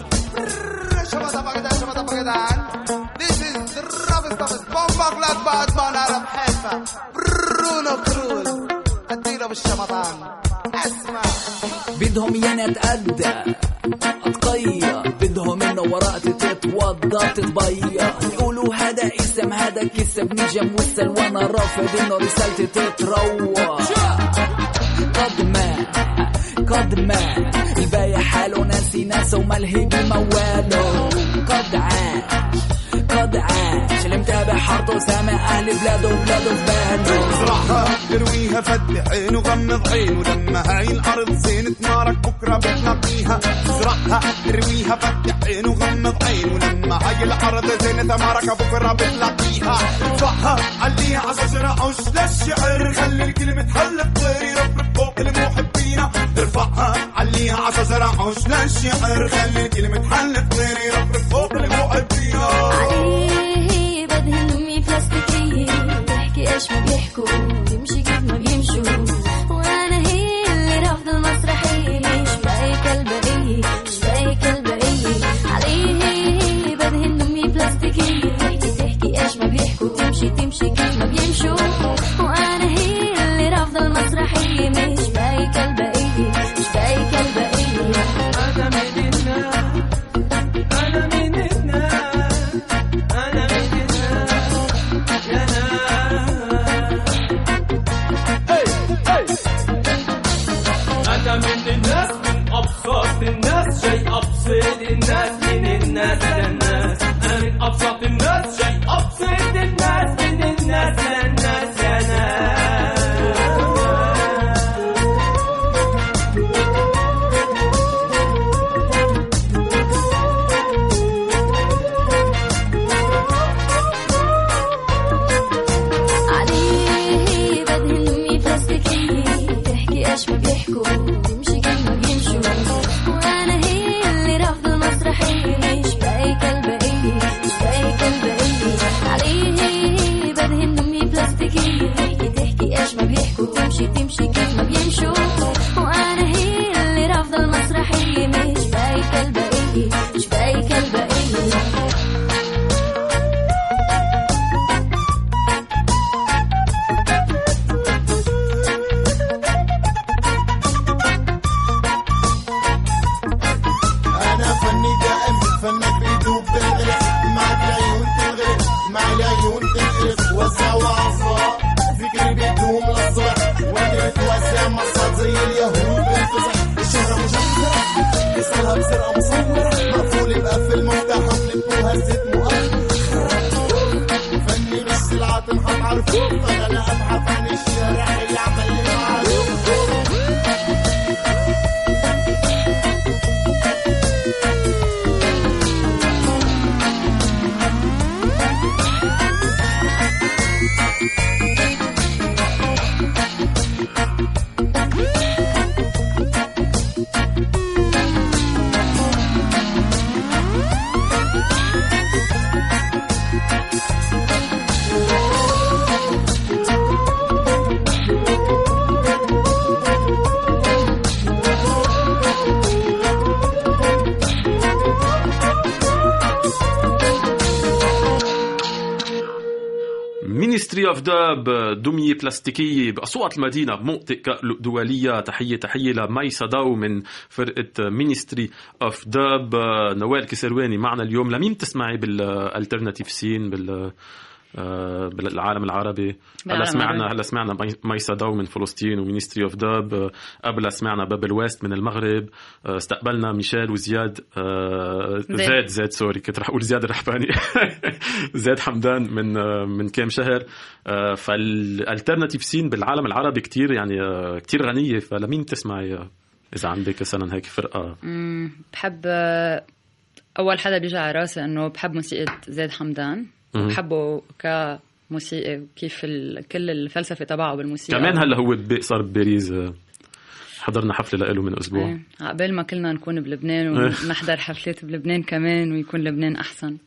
بدهم يانا تأدى أتقيا، بدهم إنه وراء تتوضى تتبيا، يقولوا هذا اسم هذا كسب نجم وصل، وانا رافض إنه رسالتي تتروى. قد ما قد ما البايع حاله ناسي ناسه وملهي بمواله، قد عاش قد عاش اللي متابع حارته سامع أهل بلاده وبلاده في باله. زرعها ارويها فتح عينه غمض عينه، لما هاي الأرض زين تنارك بكرة بتلاقيها. زرعها ارويها فتح عينه غمض عينه، لما هاي الأرض زين ثمارك بكرة بتلاقيها. ارفعها عليها عشرة عش للشعر، خلي الكلمة تحلق طيري رب فوق المحبين. ارفعها عليها عشرة عش للشعر، خلي الكلمة تحلق طيري رب فوق المحبين. عليه بدهن أمي بلاستيكية، تحكي إيش ما بيحكوا تمشي كيف ما بيمشوا، وأنا هي اللي رافضة المسرحية، مش باقي كالبقية مش باقي كالبقية. عليه بدهن أمي بلاستيكية، تحكي تحكي إيش ما بيحكوا تمشي تمشي كيف ما بيمشوا، وأنا هي اللي رافضة المسرحية، مش باقي كالبقية مش باقي كالبقية. أنا من الناس أنا من من الناس من أبسط الناس، شيء أبسط الناس من الناس للناس. أنا من أبسط الناس شيء أبسط الناس من الناس للناس يا ناس. عليه بدهن أمي بلاستيكية، تحكي إيش ما بيحكوا تمشي كيف ما بيمشوا، وأنا هي اللي رافضة المسرحية، مش باقي كالبقية مش باقي كالبقية. عليه بدهن أمي بلاستيكية، تحكي تحكي إيش ما بيحكوا تمشي تمشي كيف ما بيمشوا، وأنا هي اللي رافضة المسرحية، مش باقي كالبقية مش باقي كالبقية. بسرقة مصورة مقفول بقفل مفتاح حفلة وهزت مؤخر. فني مش سلعة تنحط عرفوف، فأنا أبحث عن الشارع اللي عمل لي معروف. مينستري اوف داب دمية بلاستيكية بأصوات المدينة بمنطقة دولية. تحية تحية لمي صداو من فرقة مينستري اوف داب. نوال كسرواني معنا اليوم. لمين تسمعي بالالترناتيف سين بال بالعالم العربي؟ هلا سمعنا هلا سمعنا مي صداو من فلسطين ومينستري اوف داب. قبل سمعنا بابل ويست من المغرب. استقبلنا ميشيل وزياد زيد زيد سوري كنت رح اقول زياد الرحباني زياد حمدان من من كام شهر. فالالترناتيف سين بالعالم العربي كتير يعني كتير غنية. فلمين تسمعي اذا عندك مثلا هيك فرقة؟ بحب اول حدا بيجي على راسي انه بحب موسيقى زيد حمدان. بحبه كموسيقى وكيف كل الفلسفة تبعه بالموسيقى. كمان هلا هو صار بباريس. حضرنا حفلة له من أسبوع. ايه. قبل ما كلنا نكون بلبنان ونحضر حفلات بلبنان كمان ويكون لبنان أحسن.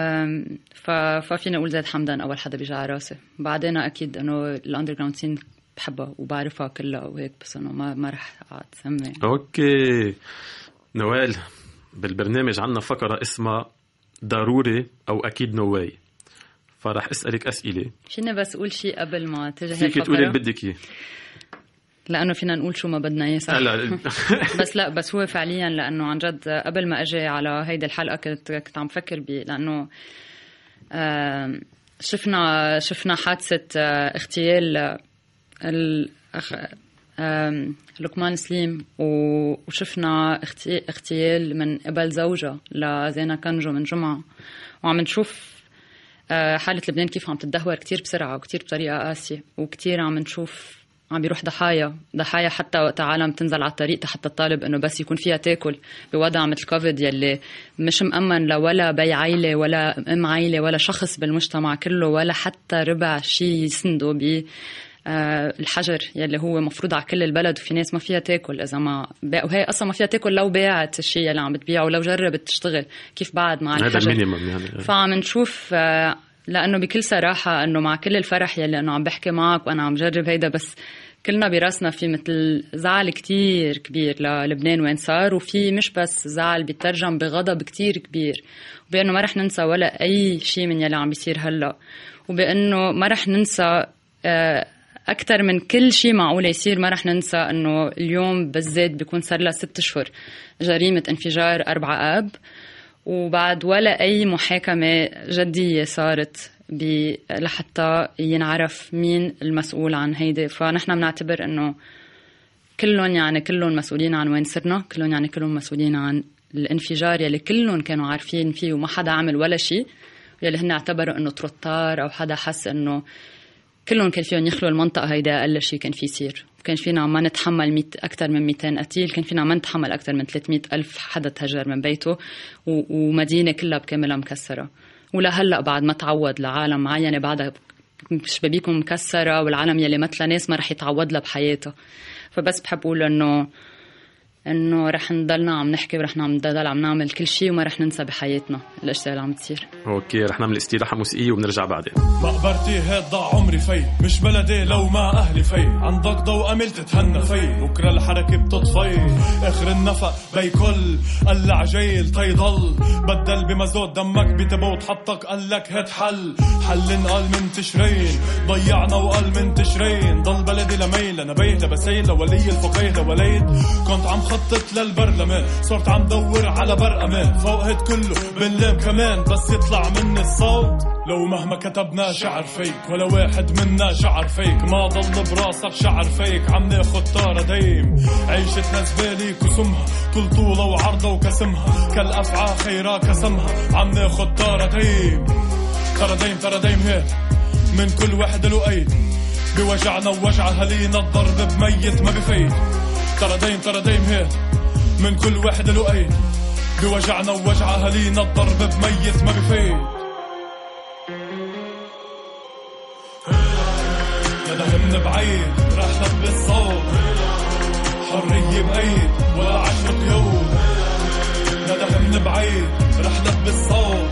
ففينا نقول زيد حمدان أول حدا بيجي على راسي. بعدين أكيد إنه الأندرغراوند سين بحبها وبعرفها كلها وهيك، بس انه ما ما رح اتسمي. اوكي نوال، بالبرنامج عنا فقرة اسمها ضروري او اكيد نواي، فرح اسألك اسئلة. فينا بس اقول شيء قبل ما تجي هالفقرة؟ فيك تقولي اللي بدك اياه، لانه فينا نقول شو ما بدنا اياه صح. لا بس لا بس هو فعليا لانه عن جد قبل ما اجي على هيدي الحلقة كنت كنت عم فكر بيه، لانه آه شفنا شفنا حادثة اغتيال الأخ لقمان سليم، وشفنا اغتيال من قبل زوجة لزينة كنجو من جمعة، وعم نشوف حالة لبنان كيف عم تتدهور كتير بسرعة وكتير بطريقة قاسية، وكتير عم نشوف عم بيروح ضحايا ضحايا حتى وقت عالم تنزل على الطريق حتى الطالب انه بس يكون فيها تاكل بوضع مثل كوفيد يلي مش مأمن لولا بي عيلة ولا ام عيلة ولا شخص بالمجتمع كله ولا حتى ربع شيء يسنده ب الحجر يلي هو مفروض على كل البلد، وفي ناس ما فيها تاكل إذا ما بي... وهي أصلا ما فيها تاكل لو باعت الشيء اللي عم بتبيعه ولو جربت تشتغل كيف بعد مع الحجر. يعني. فعم نشوف لأنه بكل صراحة أنه مع كل الفرح يلي أنه عم بحكي معك وأنا عم جرب هيدا، بس كلنا براسنا في مثل زعل كتير كبير للبنان وين صار، وفي مش بس زعل بيترجم بغضب كتير كبير، وبأنه ما رح ننسى ولا أي شيء من يلي عم بيصير هلأ، وبأنه ما رح ننسى أكتر من كل شيء معقولة يصير. ما رح ننسى أنه اليوم بالذات بيكون صار لها ست أشهر جريمة انفجار أربعة آب، وبعد ولا أي محاكمة جدية صارت لحتى ينعرف مين المسؤول عن هيدا. فنحن بنعتبر أنه كلهم يعني كلهم مسؤولين عن وين صرنا، كلهم يعني كلهم مسؤولين عن الانفجار يلي كلهم كانوا عارفين فيه وما حدا عمل ولا شيء، يلي هن اعتبروا أنه تروتار أو حدا حس أنه كلهم كان فيهم يخلوا المنطقة هيدا أقل شيء كان فيه يصير. كان فينا ما نتحمل ميت أكتر من مئتين قتيل، كان فينا ما نتحمل أكتر من ثلاثمئة ألف حدا تهجر من بيته، ومدينة كلها بكاملها مكسرة. ولهلأ بعد ما تعود لعالم معينة بعدها شبابيكم مكسرة، والعالم يلي مثل ناس ما رح يتعود لها بحياته. فبس بحب أقول إنه إنه رح نضلنا عم نحكي ورح نضل عم نعمل كل شيء وما رح ننسى بحياتنا الأشياء اللي عم تصير. أوكي رح نعمل استراحة موسيقية وبنرجع بعدين. مقبرتي هاد ضاع عمري في، مش بلدي لو ما أهلي في، عندك ضوء أمل تتهنى في، بكرة الحركة بتطفي، آخر النفق بيكل قلع جيل تيضل، بدل بمزود دمك بتبوت حطك قالك هاد حل، حل انقل من تشرين، ضيعنا وقل من تشرين، ضل بلدي لميل أنا بيت لبسيل لولي الفقيه لوليد، كنت عم خطط للبرلمان صرت عم دور على برقمان، فوق هاد كله بنلام كمان بس يطلع مني الصوت، لو مهما كتبنا شعر فيك ولا واحد منا شعر فيك، ما ضل براسك شعر فيك، عم ناخد طارة دايم، عيشتنا زبالي كسمها طول طولة وعرضة وكسمها، كالأفعى خيرا كسمها، عم ناخد طارة دايم، طارة دايم طارة دايم هيك من كل واحد له أيد، بوجعنا ووجع أهالينا الضرب بميت ما بفيد، طارة دايم طارة دايم هيك من كل واحد له أيد، بوجعنا ووجع أهالينا الضرب بميت ما بفيد. ندهمن بعيد رح لبس صوت، حرية بأيد ولا عشر قيود، ندهمن بعيد رح لبس صوت،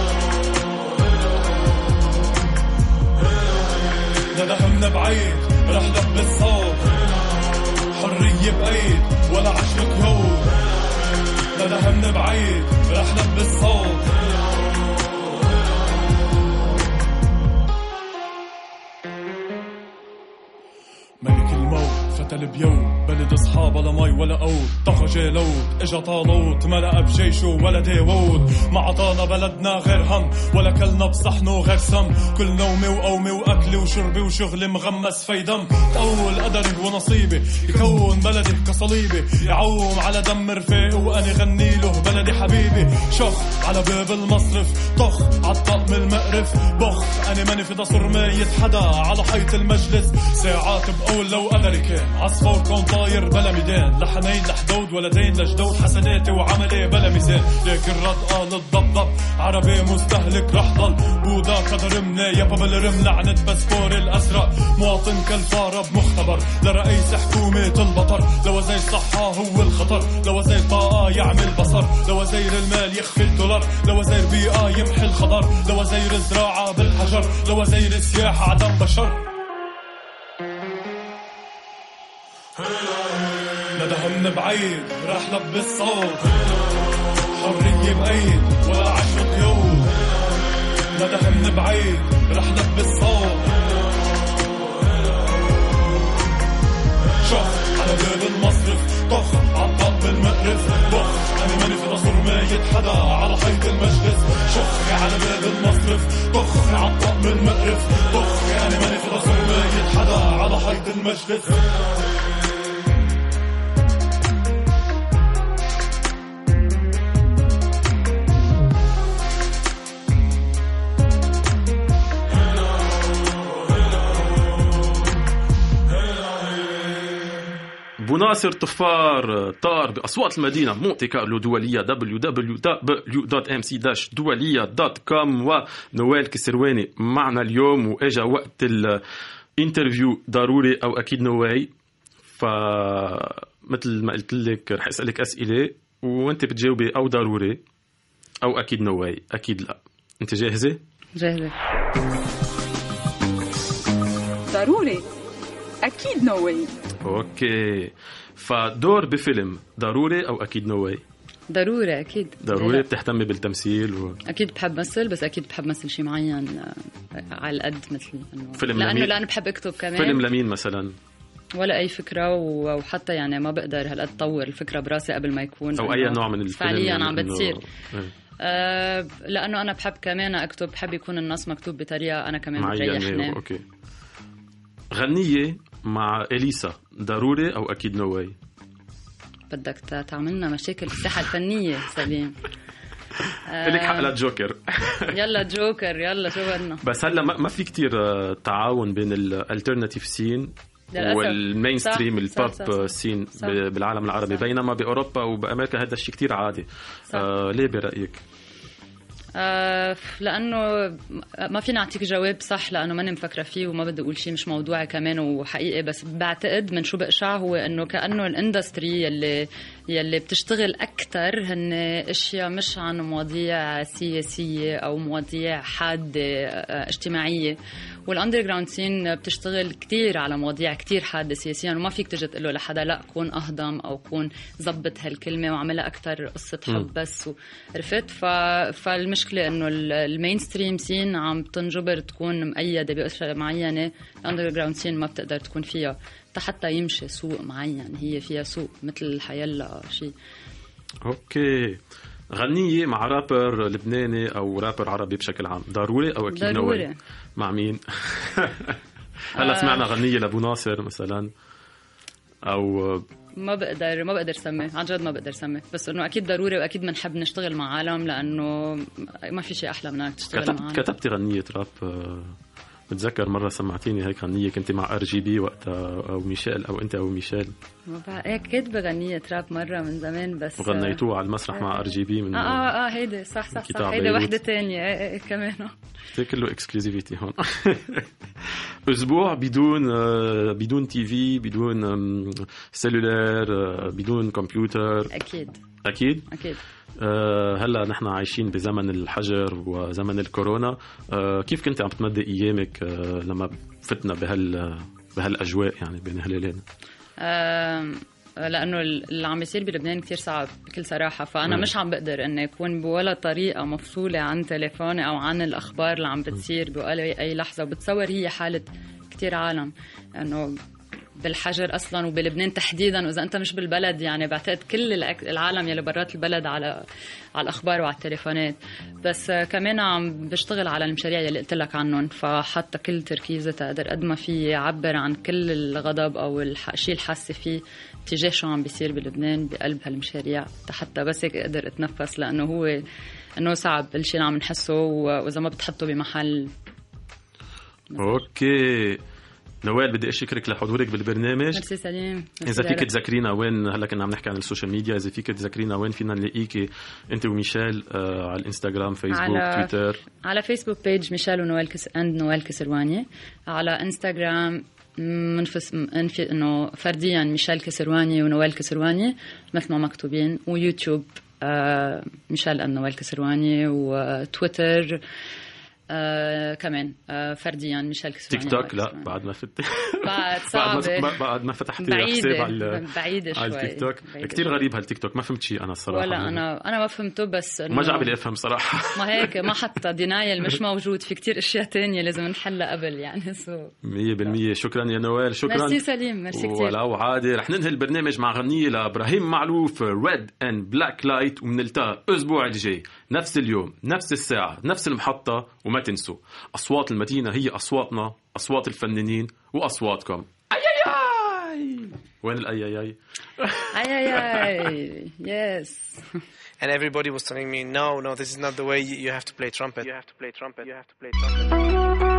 ندهمن بعيد رح لبس صوت، حرية بأيد ولا عشر قيود، ندهمن بعيد رح لبس صوت. ملك الموت فتل بيوت، بلد اصحاب لا مي ولا قوت، طخ جالوت اجا طالوت ملأ بجيشه ولا داوود، ما عطانا بلدنا غير هم ولا كلنا بصحنه غير سم، كل نومي وقومي واكلي وشربي وشغلي مغمس في دم، تقول قدري ونصيبي يكون بلدي كصليبي، يعوم على دم رفاقي واني غني له بلدي حبيبي، شخ على باب المصرف طخ عالطقم المقرف، بخ اني ماني في دصر مايت حدا على حيط المجلس، ساعات بقول لو قدري كان عصفور كون طاير بلا ميدان، لحنين لحدود ولدين لجدود، حسناتي وعملي بلا ميزان، لكن رد قال الضبضب عربي مستهلك رح ضل، بودا قدر منايبة بالرم لعنة بسبور الأسرق، مواطن كالفارة بمختبر لرئيس حكومة البطر، لوزير صحة هو الخطر، لوزير طاقة يعمل بصر، لوزير المال يخفي الدولار، لوزير بيئة يمحي الخضر، لوزير الزراعة بالحجر، لوزير السياحة عدم بشر. ندى من بعيد رح لبس صوت حرية بأيد ولا عشر قيود ندى من بعيد رح لبس صوت شخ على باب المصرف طخ عطاق بالمقرف طخ أنا ماني في نصر مايت حدا على حيط المجلس شخ على باب المصرف طخ عطاق بالمقرف طخ أنا ماني في نصر مايت حدا على حيط المجلس أبو ناصر طفار طار بأصوات المدينة مونتي كارلو دولية دبليو دبليو دبليو دوت ام سي داش دولية دوت كوم ونوال كسرواني معنا اليوم. وإجا وقت الانترفيو ضروري أو أكيد نواي، فمثل ما قلت لك رح أسألك أسئلة وأنت بتجاوبي أو ضروري أو أكيد نواي أكيد لا. أنت جاهزة؟ جاهزة. ضروري أكيد نواي. اوكي، فدور بفيلم ضروري او اكيد نواي؟ ضروري اكيد. ضروري. بتهتمي بالتمثيل و... اكيد بحب مثل، بس اكيد بحب مثل شيء معين على القد مثل انه فيلم لانه لمين؟ لانه بحب اكتب كمان. فيلم لمين مثلا؟ ولا اي فكره، وحتى يعني ما بقدر هالقد اطور الفكره براسي قبل ما يكون او اي نوع من الفيلم فعليا يعني عم بتصير. إنه... آه لانه انا بحب كمان اكتب، بحب يكون النص مكتوب بطريقه انا كمان بتريحني. اوكي. غنية مع إليسا ضروري أو أكيد نواي؟ بدك تعملنا مشاكل بالساحة الفنية سليم. لك حق للجوكر. يلا جوكر يلا شو بدنا. بس هلا ما في كتير تعاون بين الالترناتيف سين والمين ستريم البوب سين بالعالم العربي، بينما بأوروبا وبأمريكا هذا الشيء كتير عادي. آه ليه برأيك؟ آه لأنه ما فينا نعطيك جواب صح، لأنه ماني مفكرة فيه وما بدي أقول شيء مش موضوعي كمان وحقيقي. بس بعتقد من شو بقشع هو إنه كأنه الاندستري يلي يلي بتشتغل أكتر هن أشياء مش عن مواضيع سياسية أو مواضيع حادة اجتماعية، والأندرغراوند سين بتشتغل كتير على مواضيع كتير حادة سياسيا، وما فيك تجي تقول له لحدا لا كون أهضم أو كون زبط هالكلمة وعملها أكتر قصة حب بس عرفت. ف... فالمشكلة إنه المين ستريم سين عم تنجبر تكون مقيدة بأسرة معينة، الأندرغراوند سين ما بتقدر تكون فيها حتى يمشي سوق معين، هي فيها سوق مثل حيلا شيء. أوكي. غنية مع رابر لبناني أو رابر عربي بشكل عام ضروري أو أكيد ضروري. نواي؟ مع مين؟ هلا سمعنا غنية لأبو ناصر مثلا أو ما بقدر ما بقدر سمي عن جد، ما بقدر سمي، بس إنه أكيد ضروري وأكيد بنحب نشتغل مع عالم، لأنه ما في شيء أحلى من إنك تشتغل كتبت مع عالم. كتبتي غنية راب، بتذكر مرة سمعتيني هيك غنية كنت مع ار جي بي وقتها أو ميشيل أو أنت أو ميشيل. ما بعرف إيه كتب غنية راب مرة من زمان بس وغنيتوه على المسرح مع ار جي بي من آه آه آه هيدا صح صح صح هيدا وحدة تانية إيه إيه كمان كله اكسكلوزيفيتي هون. أسبوع بدون بدون تي في، بدون سيلولار، بدون كمبيوتر. أكيد أكيد أكيد. أه هلا نحن عايشين بزمن الحجر وزمن الكورونا. أه كيف كنت عم تمضي ايامك أه لما فتنا بهال بهالاجواء يعني بين هالليلين؟ أه لانه اللي عم يصير بلبنان كتير صعب بكل صراحه، فانا م. مش عم بقدر اني اكون بولا طريقه مفصوله عن تليفوني او عن الاخبار اللي عم بتصير بولا اي لحظه. وبتصور هي حاله كتير عالم انه بالحجر أصلاً وبلبنان تحديداً، وإذا أنت مش بالبلد يعني بعتقد كل العالم يلي برات البلد على على الأخبار وعلى التليفونات. بس كمان عم بشتغل على المشاريع يلي قلت لك عنهم، فحتى كل تركيزي تقدر قد ما في يعبر عن كل الغضب أو الشيء الحاسة فيه تجاه شو عم بيصير بلبنان بقلب هالمشاريع، حتى بس هيك أقدر أتنفس، لأنه هو إنه صعب الشيء اللي عم نحسه وإذا ما بتحطه بمحل. أوكي نوال، بدي أشكرك لحضورك بالبرنامج. ميرسي سليم. إذا فيك تذكرينا وين، هلا كنا عم نحكي عن السوشيال ميديا، إذا فيك تذكرينا وين فينا نلاقيكي أنت وميشيل آه على الإنستغرام، فيسبوك، على تويتر. على فيسبوك بيج ميشيل ونوال كس أند نوال كسرواني، على إنستغرام منفس انفي إنه فرديا ميشيل كسرواني ونوال كسرواني مثل ما مكتوبين، ويوتيوب آه ميشيل أند نوال كسرواني، وتويتر آه كمان آه فرديا ميشيل كسراني. تيك توك لا بعد ما فتت بعد صعبة بعد ما فتحتي حساب على بعيدة شوي على التيك توك. كتير غريب هالتيك توك ما فهمت شيء أنا الصراحة ولا أنا أنا ما فهمته بس ما جعبلي أفهم صراحة. ما هيك ما حتى دينايل مش موجود في كتير أشياء تانية لازم نحلها قبل يعني سو مية بالمية. شكرا يا نوال. شكرا ميرسي سليم ميرسي كتير. ولو عادي رح ننهي البرنامج مع غنية لإبراهيم معلوف ريد أند بلاك لايت ومنلتقى الأسبوع الجاي نفس اليوم نفس الساعة نفس المحطة. وما تنسوا أصوات المدينة هي أصواتنا أصوات الفنانين وأصواتكم. أي أي أي وين الأي أي أي أي أي yes. And everybody was telling me no no this is not the way you, you have to play trumpet you have to play trumpet you have to play trumpet.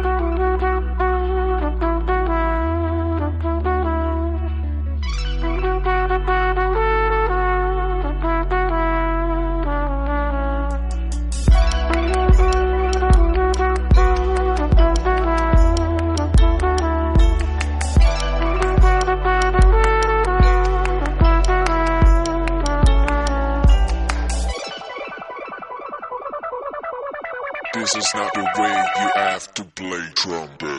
This is not the way you have to play trumpet.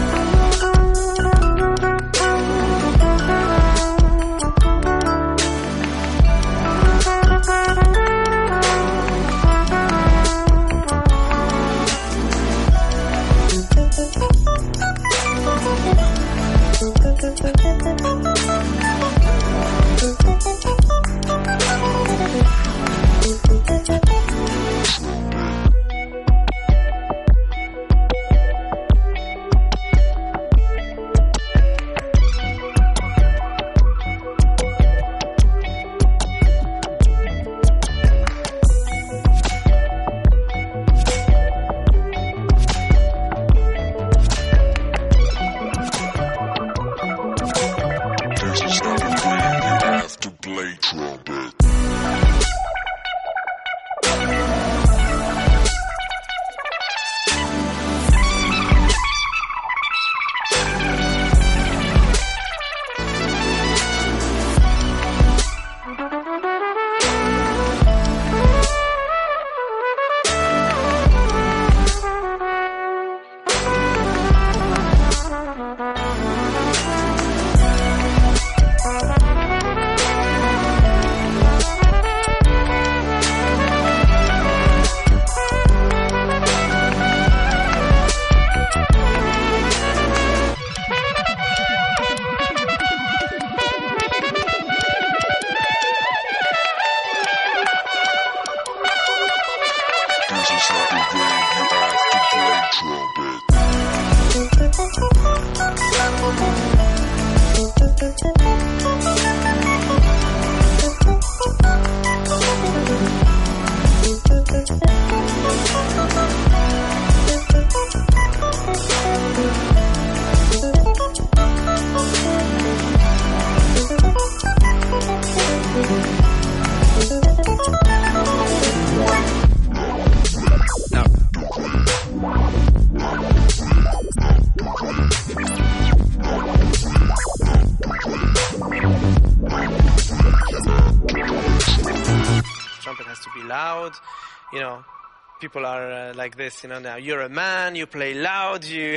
You know, people are uh, like this, you know, now you're a man, you play loud, you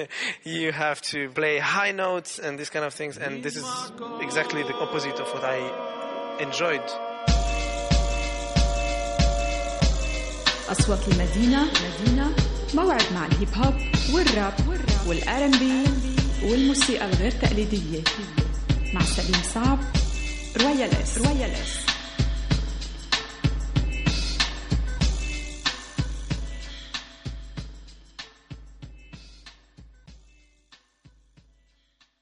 you have to play high notes and these kind of things, and this is exactly the opposite of what I enjoyed. أصوات المدينة مدينة موعد مع الهيب هوب والراب والار ام بي والموسيقى الغير تقليدية مع سليم صعب رويال اس رويال اس